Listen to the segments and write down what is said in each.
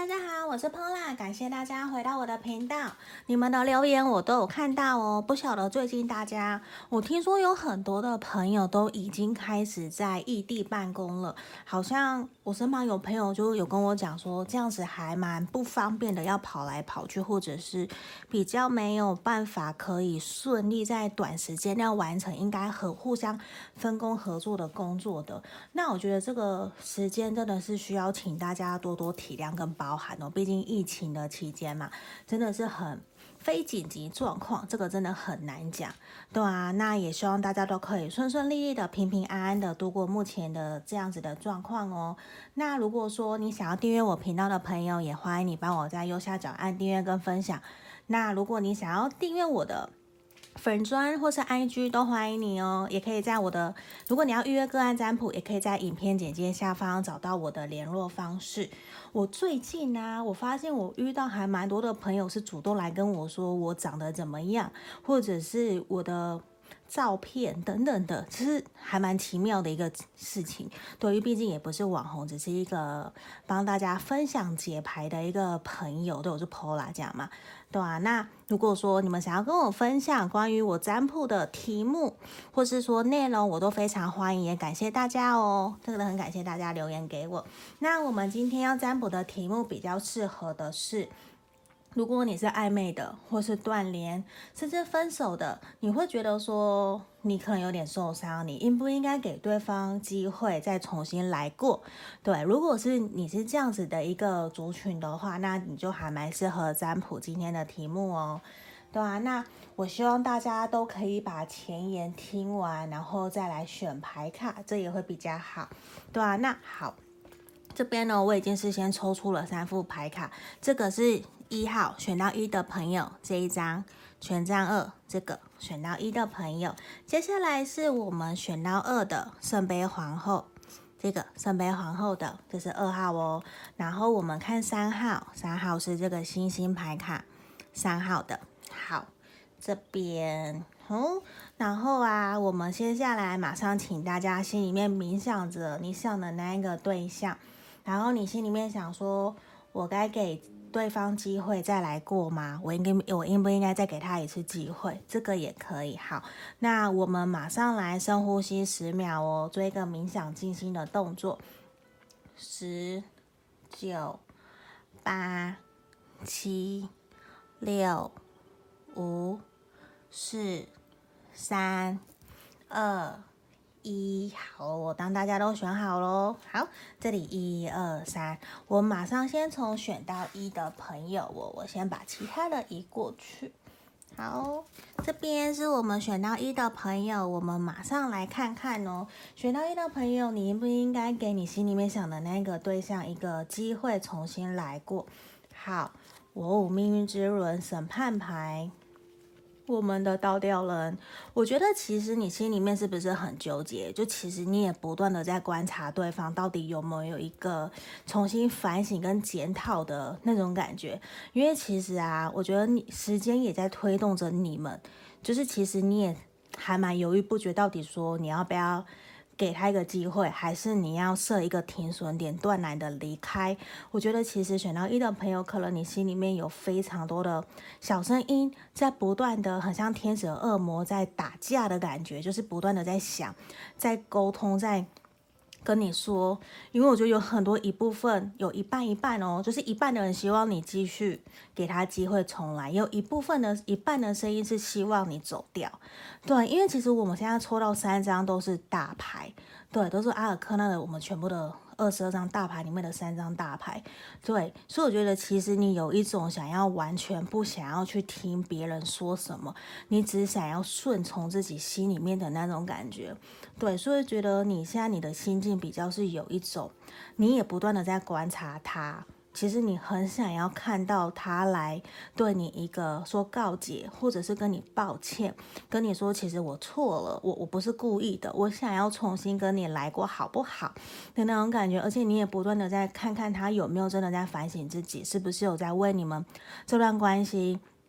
大家好，我是 Pola，感谢大家回到我的频道。你们的留言我都有看到哦。不晓得最近我听说有很多的朋友都已经开始在异地办公了，好像我身旁有朋友就有跟我讲说，这样子还蛮不方便的，要跑来跑去，或者是比较没有办法可以顺利在短时间要完成应该互相分工合作的工作的。那我觉得这个时间真的是需要请大家多多体谅跟包涵哦，毕竟疫情的期间嘛，真的是很非紧急状况，这个真的很难讲，对啊。那也希望大家都可以顺顺利利的、平平安安的度过目前的这样子的状况哦。那如果说你想要订阅我频道的朋友，也欢迎你帮我在右下角按订阅跟分享。那如果你想要订阅我的粉专或是 IG 都欢迎你哦，也可以在如果你要预约个案占卜，也可以在影片简介下方找到我的联络方式。我最近我发现我遇到还蛮多的朋友是主动来跟我说我长得怎么样，或者是我的照片等等的，其实还蛮奇妙的一个事情。对于毕竟也不是网红，只是一个帮大家分享解牌的一个朋友，对，我是 Pola 这样嘛，对啊。那如果说你们想要跟我分享关于我占卜的题目，或是说内容，我都非常欢迎，也感谢大家哦，真的很感谢大家留言给我。那我们今天要占卜的题目比较适合的是，如果你是暧昧的，或是断联，甚至分手的，你会觉得说你可能有点受伤，你应不应该给对方机会再重新来过？对，如果是你是这样子的一个族群的话，那你就还蛮适合占卜今天的题目哦。对啊，那我希望大家都可以把前言听完，然后再来选牌卡，这也会比较好。对啊，那好。这边呢，我已经事先抽出了3副牌卡，这个是1号选到1的朋友这一张，权杖2这个选到1的朋友，接下来是我们选到2的圣杯皇后，这个圣杯皇后的这是2号哦，然后我们看3号，3号是这个星星牌卡，3号的，好，这边然后我们接下来马上请大家心里面冥想着你想的那一个对象。然后你心里面想说，我该给对方机会再来过吗？我应不应该再给他一次机会？这个也可以。好，那我们马上来深呼吸10秒哦，做一个冥想静心的动作。10、9、8、7、6、5、4、3、2、好，我当大家都选好咯。好，这里1、2、3，我马上先从选到1的朋友，我先把其他的移过去。好，这边是我们选到1的朋友，我们马上来看看哦。选到1的朋友，你应不应该给你心里面想的那个对象一个机会重新来过？好，命运之轮审判牌。我们的倒吊人，我觉得其实你心里面是不是很纠结？就其实你也不断的在观察对方到底有没有一个重新反省跟检讨的那种感觉。因为其实我觉得时间也在推动着你们，就是其实你也还蛮犹豫不决，到底说你要不要给他一个机会，还是你要设一个停损点，断然的离开。我觉得其实选到1的朋友，可能你心里面有非常多的小声音在不断的，很像天使和恶魔在打架的感觉，就是不断的在想，在沟通，在跟你说。因为我觉得有很多一部分，有一半一半哦，就是一半的人希望你继续给他机会重来，有一半的声音是希望你走掉。对，因为其实我们现在抽到3张都是大牌，对，都是阿尔克纳的我们全部的22张大牌里面的3张大牌。对，所以我觉得其实你有一种想要完全不想要去听别人说什么，你只想要顺从自己心里面的那种感觉。对，所以觉得你现在你的心境比较是有一种，你也不断的在观察他，其实你很想要看到他来对你一个说告解，或者是跟你抱歉，跟你说其实我错了，我不是故意的，我想要重新跟你来过好不好的那种感觉。而且你也不断的在看看他有没有真的在反省自己，是不是有在为你们这段关系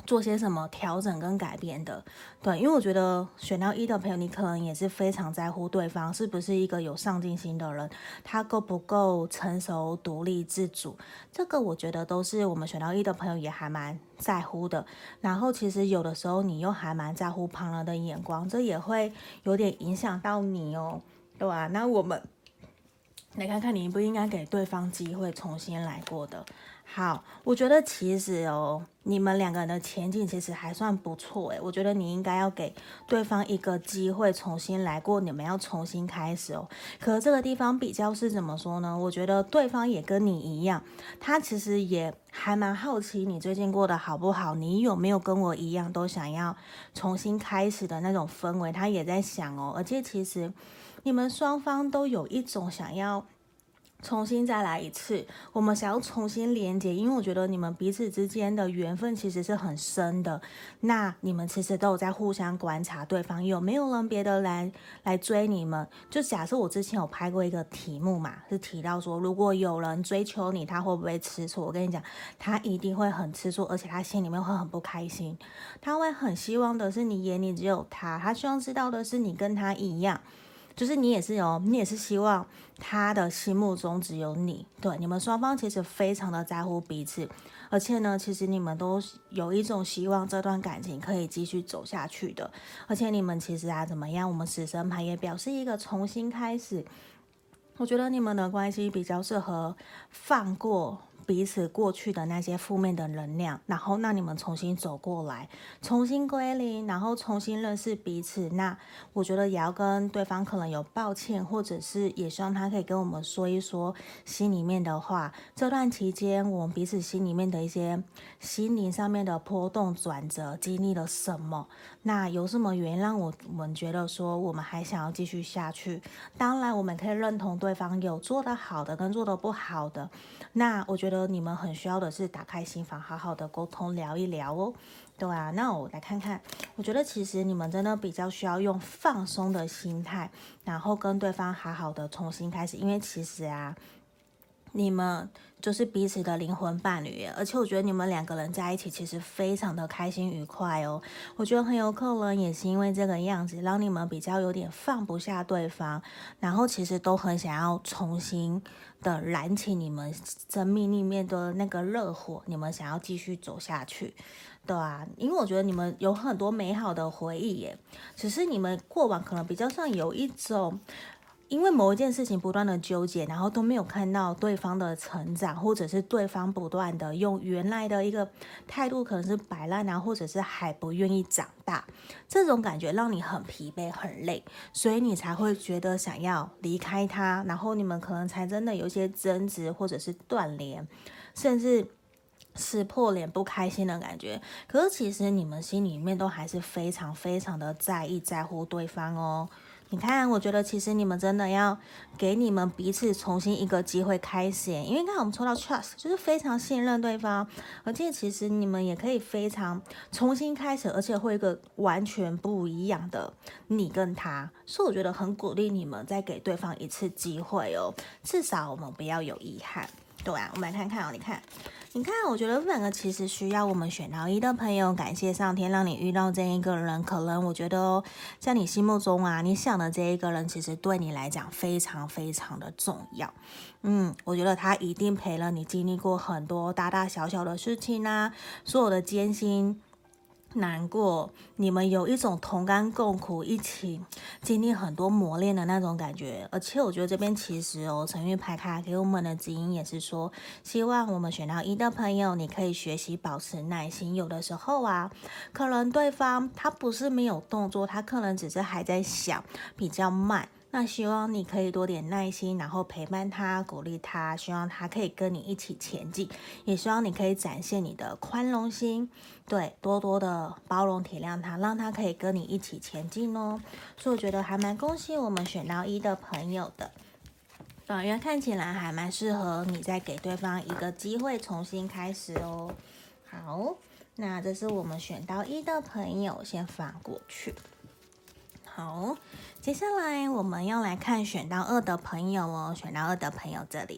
做些什么调整跟改变的。对，因为我觉得选到一的朋友，你可能也是非常在乎对方是不是一个有上进心的人，他够不够成熟、独立、自主，这个我觉得都是我们选到一的朋友也还蛮在乎的。然后其实有的时候你又还蛮在乎旁人的眼光，这也会有点影响到你哦，对吧？那我们来看看你应不应该给对方机会重新来过的。好，我觉得其实哦，你们两个人的前景其实还算不错诶，我觉得你应该要给对方一个机会重新来过，你们要重新开始哦。可这个地方比较是怎么说呢？我觉得对方也跟你一样，他其实也还蛮好奇你最近过得好不好，你有没有跟我一样都想要重新开始的那种氛围，他也在想哦。而且其实你们双方都有一种想要重新再来一次，我们想要重新连接，因为我觉得你们彼此之间的缘分其实是很深的。那你们其实都有在互相观察对方有没有人别的来追你们。就假设我之前有拍过一个题目嘛，是提到说，如果有人追求你，他会不会吃醋？我跟你讲，他一定会很吃醋，而且他心里面会很不开心。他会很希望的是你眼里只有他，他希望知道的是你跟他一样。就是你也是你也是希望他的心目中只有你，对，你们双方其实非常的在乎彼此，而且呢，其实你们都有一种希望这段感情可以继续走下去的，而且你们其实怎么样，我们死神牌也表示一个重新开始，我觉得你们的关系比较适合放过彼此过去的那些负面的能量，然后让你们重新走过来，重新归零，然后重新认识彼此。那我觉得也要跟对方可能有抱歉，或者是也希望他可以跟我们说一说心里面的话。这段期间，我们彼此心里面的一些心灵上面的波动转折，经历了什么？那有什么原因让我们觉得说我们还想要继续下去？当然，我们可以认同对方有做得好的跟做得不好的。那我觉得你们很需要的是打开心房，好好的沟通聊一聊哦。对啊，那我来看看，我觉得其实你们真的比较需要用放松的心态，然后跟对方好好的重新开始，因为其实你们就是彼此的灵魂伴侣，而且我觉得你们两个人在一起其实非常的开心愉快哦。我觉得很有可能也是因为这个样子，让你们比较有点放不下对方，然后其实都很想要重新的燃起你们生命里面的那个热火，你们想要继续走下去。对啊，因为我觉得你们有很多美好的回忆耶，只是你们过往可能比较像有一种因为某一件事情不断的纠结，然后都没有看到对方的成长，或者是对方不断的用原来的一个态度，可能是摆烂啊，或者是还不愿意长大，这种感觉让你很疲惫、很累，所以你才会觉得想要离开他，然后你们可能才真的有一些争执，或者是断联，甚至撕破脸不开心的感觉。可是其实你们心里面都还是非常非常的在意、在乎对方哦。你看，我觉得其实你们真的要给你们彼此重新一个机会开始，因为刚才我们抽到 trust，就是非常信任对方，而且其实你们也可以非常重新开始，而且会一个完全不一样的你跟他，所以我觉得很鼓励你们再给对方一次机会哦，至少我们不要有遗憾。对啊，我们来看看哦，你看，我觉得两个其实需要我们选到一的朋友，感谢上天让你遇到这一个人。可能我觉得哦，在你心目中你想的这一个人，其实对你来讲非常非常的重要。我觉得他一定陪了你经历过很多大大小小的事情啊，所有的艰辛难过，你们有一种同甘共苦，一起经历很多磨练的那种感觉。而且我觉得这边其实陈玉牌卡给我们的指引也是说，希望我们选到一的朋友，你可以学习保持耐心。有的时候可能对方他不是没有动作，他可能只是还在想，比较慢。那希望你可以多点耐心，然后陪伴他，鼓励他，希望他可以跟你一起前进，也希望你可以展现你的宽容心，对，多多的包容体谅他，让他可以跟你一起前进哦。所以我觉得还蛮恭喜我们选到一的朋友的，因为看起来还蛮适合你再给对方一个机会重新开始哦。好，那这是我们选到一的朋友，先放过去。好，接下来我们要来看选到二的朋友哦，选到二的朋友这里。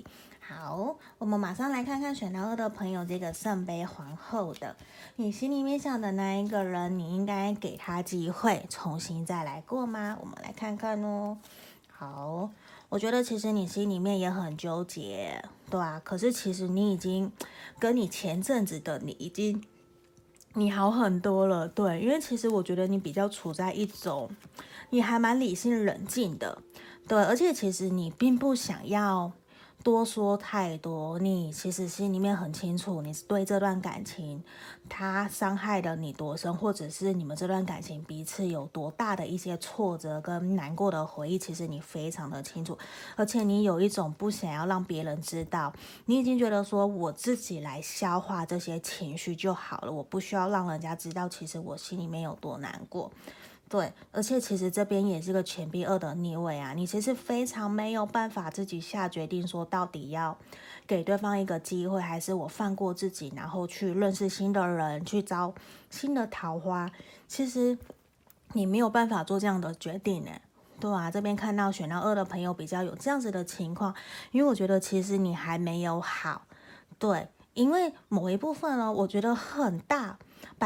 好，我们马上来看看选到2的朋友，这个圣杯皇后的，你心里面想的那一个人，你应该给他机会重新再来过吗？我们来看看哦。好，我觉得其实你心里面也很纠结，对啊，可是其实你已经跟你前阵子的你好很多了，对，因为其实我觉得你比较处在一种你还蛮理性冷静的，对，而且其实你并不想要多说太多，你其实心里面很清楚，你对这段感情它伤害了你多深，或者是你们这段感情彼此有多大的一些挫折跟难过的回忆，其实你非常的清楚，而且你有一种不想要让别人知道，你已经觉得说我自己来消化这些情绪就好了，我不需要让人家知道，其实我心里面有多难过。对，而且其实这边也是个钱币2的逆位啊，你其实非常没有办法自己下决定，说到底要给对方一个机会，还是我放过自己，然后去认识新的人，去招新的桃花。其实你没有办法做这样的决定呢。对啊，这边看到选到2的朋友比较有这样子的情况，因为我觉得其实你还没有好，对，因为某一部分呢，我觉得很大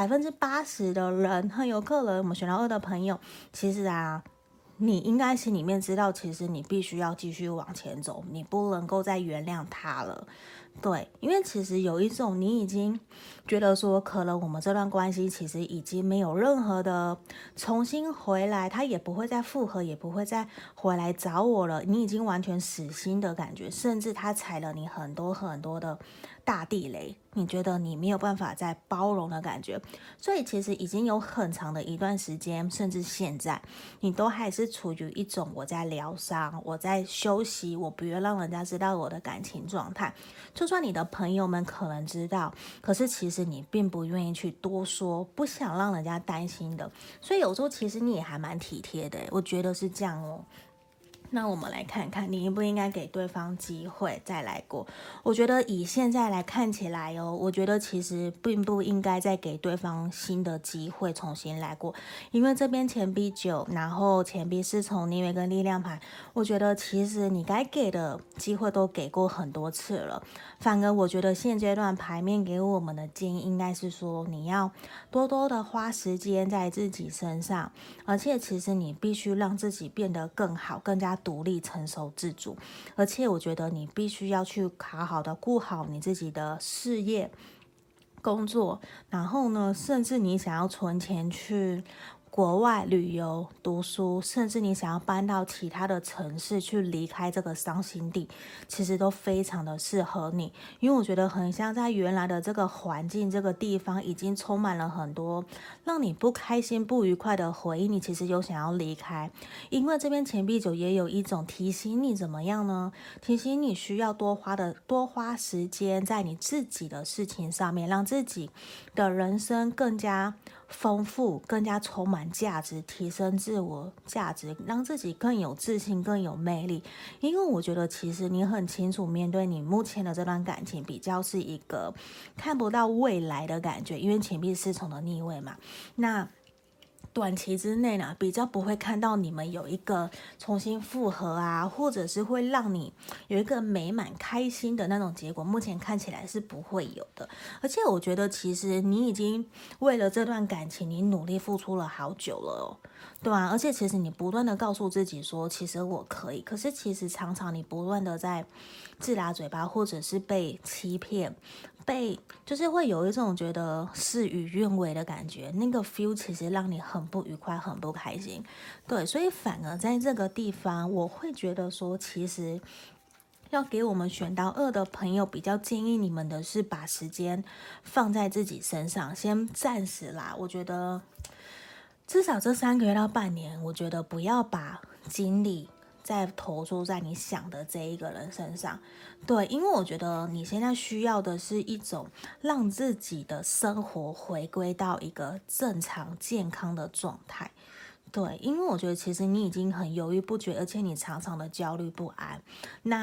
80%的人很有可能，我们选到2的朋友，其实啊，你应该心里面知道，其实你必须要继续往前走，你不能够再原谅他了。对，因为其实有一种你已经觉得说，可能我们这段关系其实已经没有任何的重新回来，他也不会再复合，也不会再回来找我了。你已经完全死心的感觉，甚至他踩了你很多很多的大地雷，你觉得你没有办法再包容的感觉。所以其实已经有很长的一段时间，甚至现在，你都还是处于一种我在疗伤，我在休息，我不愿让人家知道我的感情状态。就算你的朋友们可能知道，可是其实你并不愿意去多说，不想让人家担心的。所以有时候其实你也还蛮体贴的，我觉得是这样哦。那我们来看看，你应不应该给对方机会再来过？我觉得以现在来看起来哦，我觉得其实并不应该再给对方新的机会重新来过，因为这边钱币9，然后钱币4从逆位跟力量牌，我觉得其实你该给的机会都给过很多次了，反而我觉得现阶段牌面给我们的建议应该是说，你要多多的花时间在自己身上，而且其实你必须让自己变得更好，更加独立、成熟、自主。而且我觉得你必须要去好好的顾好你自己的事业、工作，然后呢，甚至你想要存钱去国外旅游、读书，甚至你想要搬到其他的城市去离开这个伤心地，其实都非常的适合你。因为我觉得很像在原来的这个环境、这个地方，已经充满了很多让你不开心、不愉快的回忆，你其实有想要离开。因为这边钱币9也有一种提醒你怎么样呢？提醒你需要多花时间在你自己的事情上面，让自己的人生更加丰富，更加充满价值，提升自我价值，让自己更有自信，更有魅力。因为我觉得其实你很清楚，面对你目前的这段感情，比较是一个看不到未来的感觉，因为钱币4重的逆位嘛。那短期之内呢，比较不会看到你们有一个重新复合啊，或者是会让你有一个美满开心的那种结果，目前看起来是不会有的。而且我觉得其实你已经为了这段感情，你努力付出了好久了哦，对啊，而且其实你不断的告诉自己说，其实我可以，可是其实常常你不断的在自打嘴巴，或者是被欺骗，就是会有一种觉得事与愿违的感觉，那个 feel 其实让你很不愉快，很不开心。对，所以反而在这个地方，我会觉得说，其实要给我们选到2的朋友，比较建议你们的是把时间放在自己身上，先暂时啦。我觉得至少这3个月到半年，我觉得不要把精力再投注在你想的这一个人身上。对，因为我觉得你现在需要的是一种让自己的生活回归到一个正常健康的状态。对，因为我觉得其实你已经很犹豫不决，而且你常常的焦虑不安。那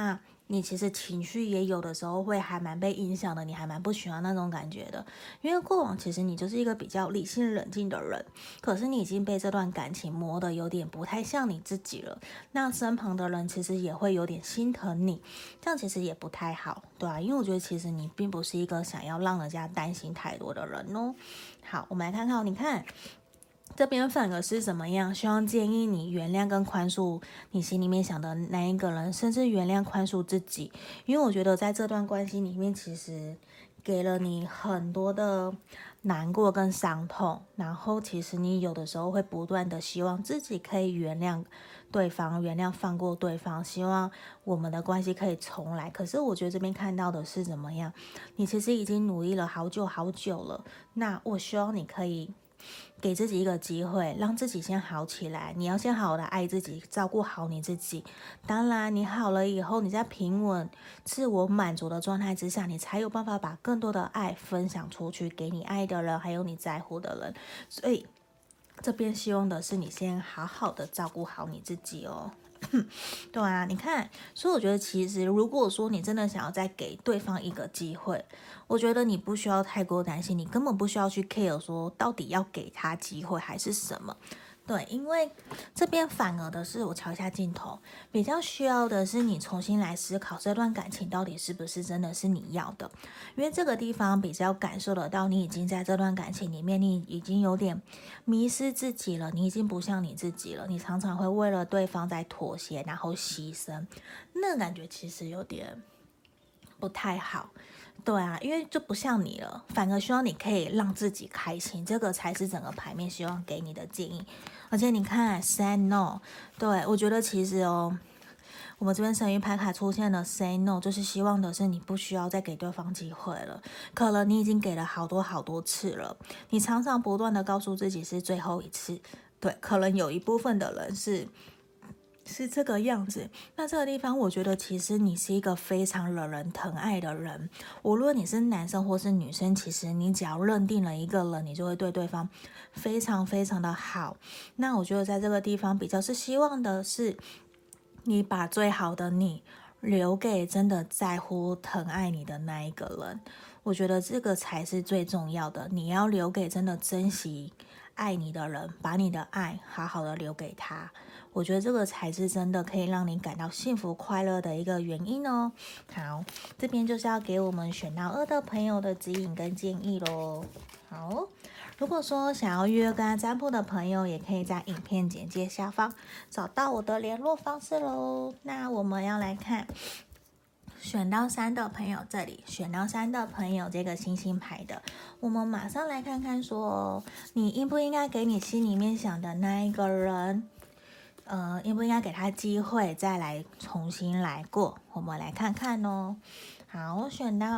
你其实情绪也有的时候会还蛮被影响的，你还蛮不喜欢那种感觉的。因为过往其实你就是一个比较理性冷静的人，可是你已经被这段感情磨得有点不太像你自己了。那身旁的人其实也会有点心疼你，这样其实也不太好，对啊，因为我觉得其实你并不是一个想要让人家担心太多的人哦。好，我们来看看，你看。这边反而是怎么样？希望建议你原谅跟宽恕你心里面想的那一个人，甚至原谅宽恕自己。因为我觉得在这段关系里面，其实给了你很多的难过跟伤痛，然后其实你有的时候会不断的希望自己可以原谅对方，原谅放过对方，希望我们的关系可以重来。可是我觉得这边看到的是怎么样？你其实已经努力了好久好久了，那我希望你可以给自己一个机会，让自己先好起来。你要先好好的爱自己，照顾好你自己。当然，你好了以后，你在平稳、自我满足的状态之下，你才有办法把更多的爱分享出去，给你爱的人，还有你在乎的人。所以，这边希望的是你先好好的照顾好你自己哦。对啊，你看，所以我觉得其实如果说你真的想要再给对方一个机会，我觉得你不需要太过担心，你根本不需要去 care 说到底要给他机会还是什么。对，因为这边反而的是，我瞧一下镜头，比较需要的是你重新来思考这段感情到底是不是真的是你要的，因为这个地方比较感受得到，你已经在这段感情里面，你已经有点迷失自己了，你已经不像你自己了，你常常会为了对方在妥协，然后牺牲，那个感觉其实有点不太好。对啊，因为就不像你了，反而希望你可以让自己开心，这个才是整个牌面希望给你的建议。而且你看 say no， 对，我觉得其实我们这边神谕牌卡出现了 say no， 就是希望的是你不需要再给对方机会了，可能你已经给了好多好多次了，你常常不断的告诉自己是最后一次，对，可能有一部分的人是这个样子。那这个地方，我觉得其实你是一个非常惹人疼爱的人。无论你是男生或是女生，其实你只要认定了一个人，你就会对对方非常非常的好。那我觉得在这个地方比较是希望的是，你把最好的你留给真的在乎疼爱你的那一个人。我觉得这个才是最重要的。你要留给真的珍惜爱你的人，把你的爱好好的留给他。我觉得这个才是真的可以让你感到幸福快乐的一个原因哦。好，这边就是要给我们选到2的朋友的指引跟建议咯。好，如果说想要预约跟他占卜的朋友，也可以在影片简介下方找到我的联络方式咯。那我们要来看选到3的朋友，这里选到3的朋友，这个星星牌的，我们马上来看看说，你应不应该给你心里面想的那一个人应不应该给他机会再来重新来过？我们来看看哦。好，选到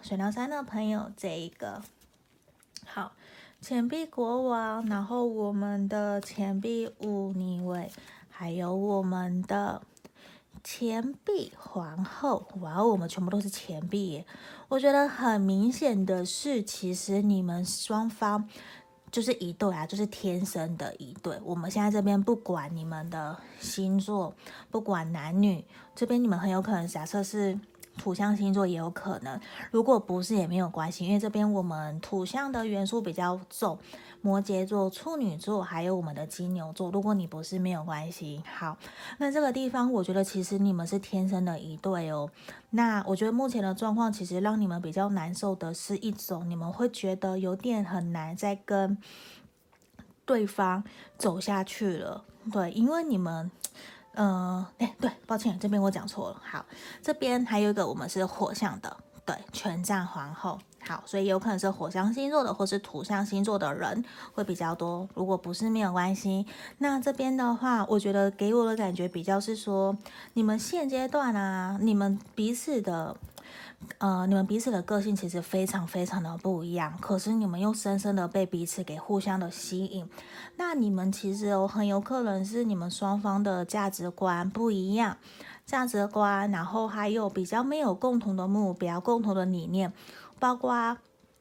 3的朋友，这一个好，钱币国王，然后我们的钱币5逆位，还有我们的钱币皇后。哇哦，我们全部都是钱币耶！我觉得很明显的是，其实你们双方就是一对啊，就是天生的一对。我们现在这边不管你们的星座，不管男女，这边你们很有可能假设是土象星座也有可能，如果不是也没有关系，因为这边我们土象的元素比较重，摩羯座、处女座还有我们的金牛座，如果你不是没有关系。好，那这个地方我觉得其实你们是天生的一对哦。那我觉得目前的状况其实让你们比较难受的是一种，你们会觉得有点很难再跟对方走下去了。对，因为你们对，抱歉，这边我讲错了。好，这边还有一个我们是火象的，对，权杖皇后。好，所以有可能是火象星座的或是土象星座的人会比较多，如果不是没有关系。那这边的话，我觉得给我的感觉比较是说，你们现阶段啊，你们彼此的个性其实非常非常的不一样，可是你们又深深的被彼此给互相的吸引。那你们其实很有可能是你们双方的价值观不一样，然后还有比较没有共同的目标、共同的理念，包括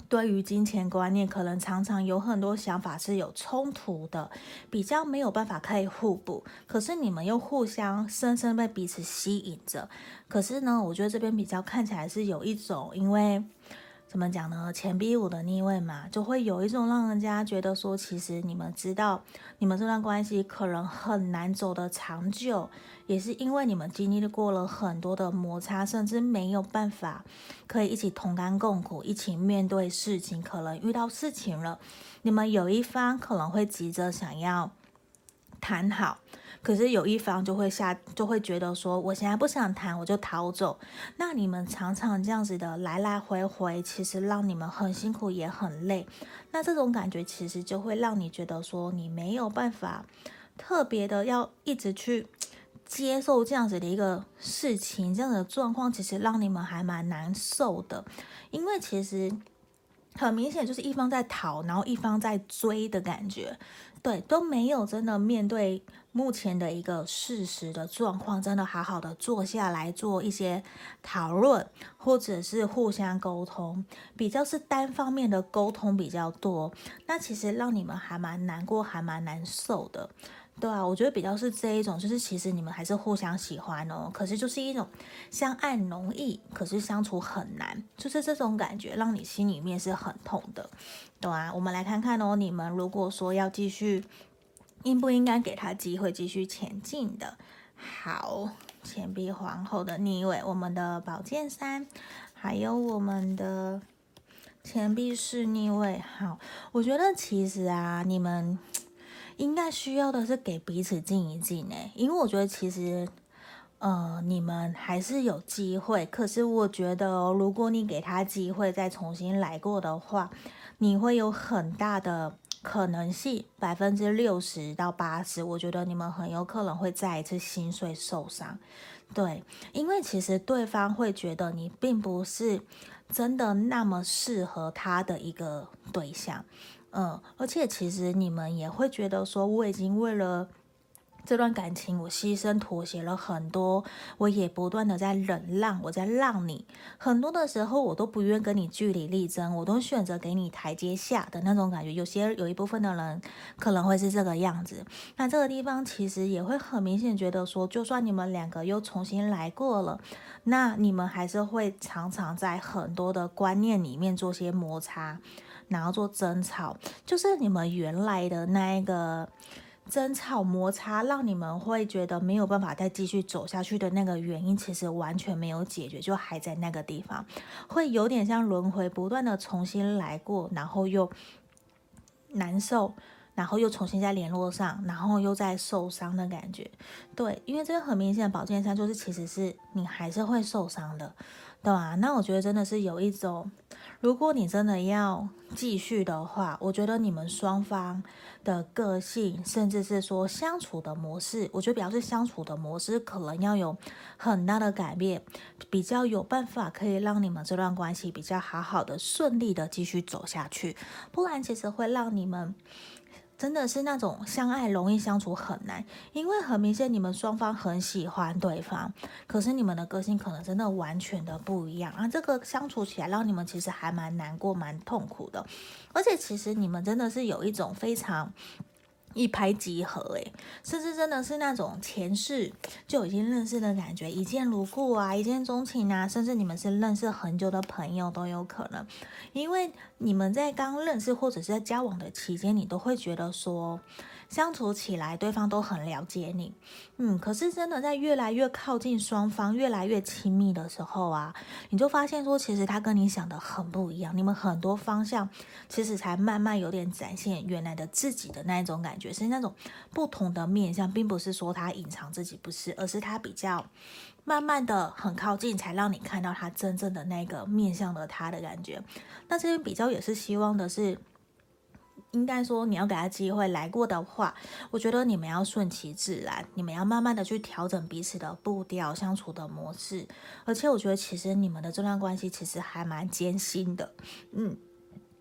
对于金钱观念，可能常常有很多想法是有冲突的，比较没有办法可以互补。可是你们又互相深深被彼此吸引着。可是呢，我觉得这边比较看起来是有一种，因为怎么讲呢？钱币五的逆位嘛，就会有一种让人家觉得说，其实你们知道，你们这段关系可能很难走得长久，也是因为你们经历过了很多的摩擦，甚至没有办法可以一起同甘共苦，一起面对事情。可能遇到事情了，你们有一方可能会急着想要谈好，可是有一方就会觉得说，我现在不想谈，我就逃走。那你们常常这样子的来来回回，其实让你们很辛苦也很累。那这种感觉其实就会让你觉得说，你没有办法特别的要一直去接受这样子的一个事情，这样的状况，其实让你们还蛮难受的。因为其实很明显就是一方在逃，然后一方在追的感觉。对，都没有真的面对目前的一个事实的状况，真的好好的坐下来做一些讨论，或者是互相沟通，比较是单方面的沟通比较多。那其实让你们还蛮难过，还蛮难受的。对啊，我觉得比较是这一种，就是其实你们还是互相喜欢哦，可是就是一种相爱容易，可是相处很难，就是这种感觉让你心里面是很痛的。对啊，我们来看看哦，你们如果说要继续，应不应该给他机会继续前进的？好，钱币皇后的逆位，我们的宝剑三，还有我们的钱币四逆位。好，我觉得其实啊，你们应该需要的是给彼此静一静诶，因为我觉得其实你们还是有机会，可是我觉得哦，如果你给他机会再重新来过的话，你会有很大的可能性60%到80%，我觉得你们很有可能会再一次心碎受伤。对，因为其实对方会觉得你并不是真的那么适合他的一个对象。而且其实你们也会觉得说，我已经为了这段感情，我牺牲妥协了很多，我也不断的在忍让，我在让你很多的时候，我都不愿跟你据理力争，我都选择给你台阶下的那种感觉。有一部分的人可能会是这个样子，那这个地方其实也会很明显觉得说，就算你们两个又重新来过了，那你们还是会常常在很多的观念里面做些摩擦，然后做争吵，就是你们原来的那一个争吵摩擦，让你们会觉得没有办法再继续走下去的那个原因，其实完全没有解决，就还在那个地方，会有点像轮回，不断的重新来过，然后又难受，然后又重新再联络上，然后又再受伤的感觉。对，因为这个很明显的宝剑三，就是其实是你还是会受伤的，对吧？那我觉得真的是有一种，如果你真的要继续的话，我觉得你们双方的个性，甚至是说相处的模式，我觉得比较是相处的模式，可能要有很大的改变，比较有办法可以让你们这段关系比较好好的、顺利的继续走下去，不然其实会让你们真的是那种相爱容易相处很难，因为很明显你们双方很喜欢对方，可是你们的个性可能真的完全的不一样啊，这个相处起来让你们其实还蛮难过、蛮痛苦的，而且其实你们真的是有一种非常一拍即合诶，甚至真的是那种前世就已经认识的感觉，一见如故啊，一见钟情啊，甚至你们是认识很久的朋友都有可能，因为你们在刚认识或者是在交往的期间，你都会觉得说相处起来对方都很了解你，可是真的在越来越靠近双方，越来越亲密的时候啊，你就发现说其实他跟你想的很不一样，你们很多方向其实才慢慢有点展现原来的自己的那一种感觉，是那种不同的面相，并不是说他隐藏自己不是，而是他比较慢慢的很靠近，才让你看到他真正的那个面向的他的感觉。那这边比较也是希望的是，应该说你要给他机会来过的话，我觉得你们要顺其自然，你们要慢慢的去调整彼此的步调、相处的模式。而且我觉得其实你们的这段关系其实还蛮艰辛的，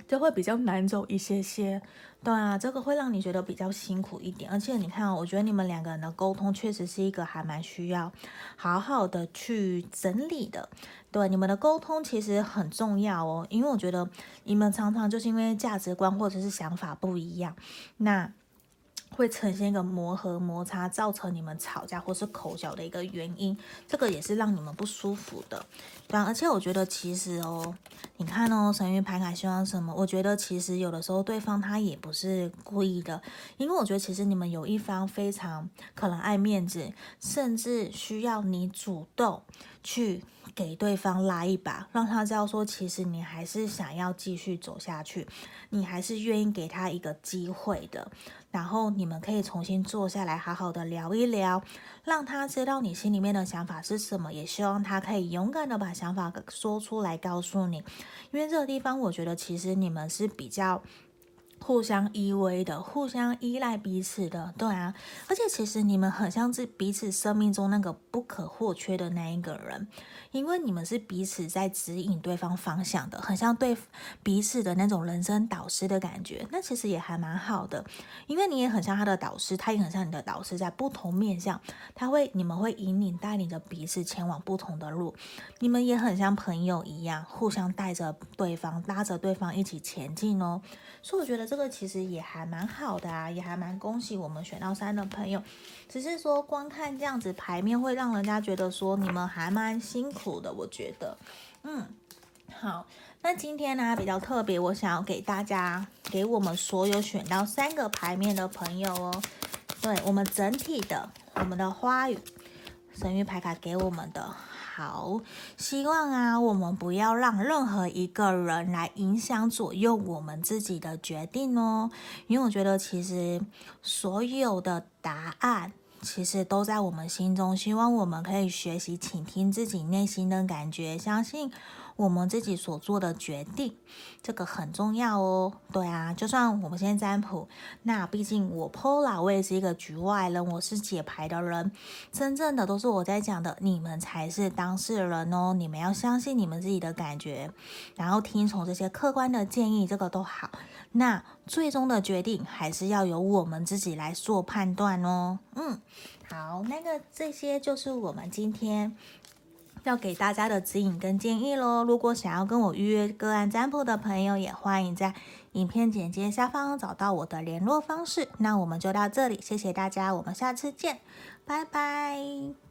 就会比较难走一些些。对啊，这个会让你觉得比较辛苦一点，而且你看哦，我觉得你们两个人的沟通确实是一个还蛮需要好好的去整理的。对，你们的沟通其实很重要哦，因为我觉得你们常常就是因为价值观或者是想法不一样，那会呈现一个磨合摩擦，造成你们吵架或是口角的一个原因，这个也是让你们不舒服的。对啊，而且我觉得其实哦，你看哦，神谕牌卡希望什么？我觉得其实有的时候对方他也不是故意的，因为我觉得其实你们有一方非常可能爱面子，甚至需要你主动去给对方拉一把，让他知道说，其实你还是想要继续走下去，你还是愿意给他一个机会的。然后你们可以重新坐下来，好好的聊一聊，让他知道你心里面的想法是什么，也希望他可以勇敢的把想法说出来，告诉你。因为这个地方，我觉得其实你们是比较互相依偎的，互相依赖彼此的，对啊。而且其实你们很像是彼此生命中那个不可或缺的那一个人，因为你们是彼此在指引对方方向的，很像对彼此的那种人生导师的感觉。那其实也还蛮好的，因为你也很像他的导师，他也很像你的导师，在不同面向，你们会引领带领着彼此前往不同的路。你们也很像朋友一样，互相带着对方，拉着对方一起前进哦。所以我觉得这个其实也还蛮好的啊，也还蛮恭喜我们选到3的朋友。只是说光看这样子牌面会让人家觉得说你们还蛮辛苦的，我觉得。好，那今天呢比较特别，我想要给大家，给我们所有选到3个牌面的朋友哦，对我们整体的我们的花语神谕牌卡给我们的。好，希望啊，我们不要让任何一个人来影响左右我们自己的决定哦。因为我觉得其实所有的答案其实都在我们心中，希望我们可以学习倾听自己内心的感觉，相信我们自己所做的决定，这个很重要哦。对啊，就算我们现在占卜，那毕竟我 Pola 我也是一个局外人，我是解牌的人，真正的都是我在讲的，你们才是当事人哦。你们要相信你们自己的感觉，然后听从这些客观的建议，这个都好。那最终的决定还是要由我们自己来做判断哦。好，这些就是我们今天要给大家的指引跟建议咯。如果想要跟我预约个案占卜的朋友，也欢迎在影片简介下方找到我的联络方式。那我们就到这里，谢谢大家，我们下次见，拜拜。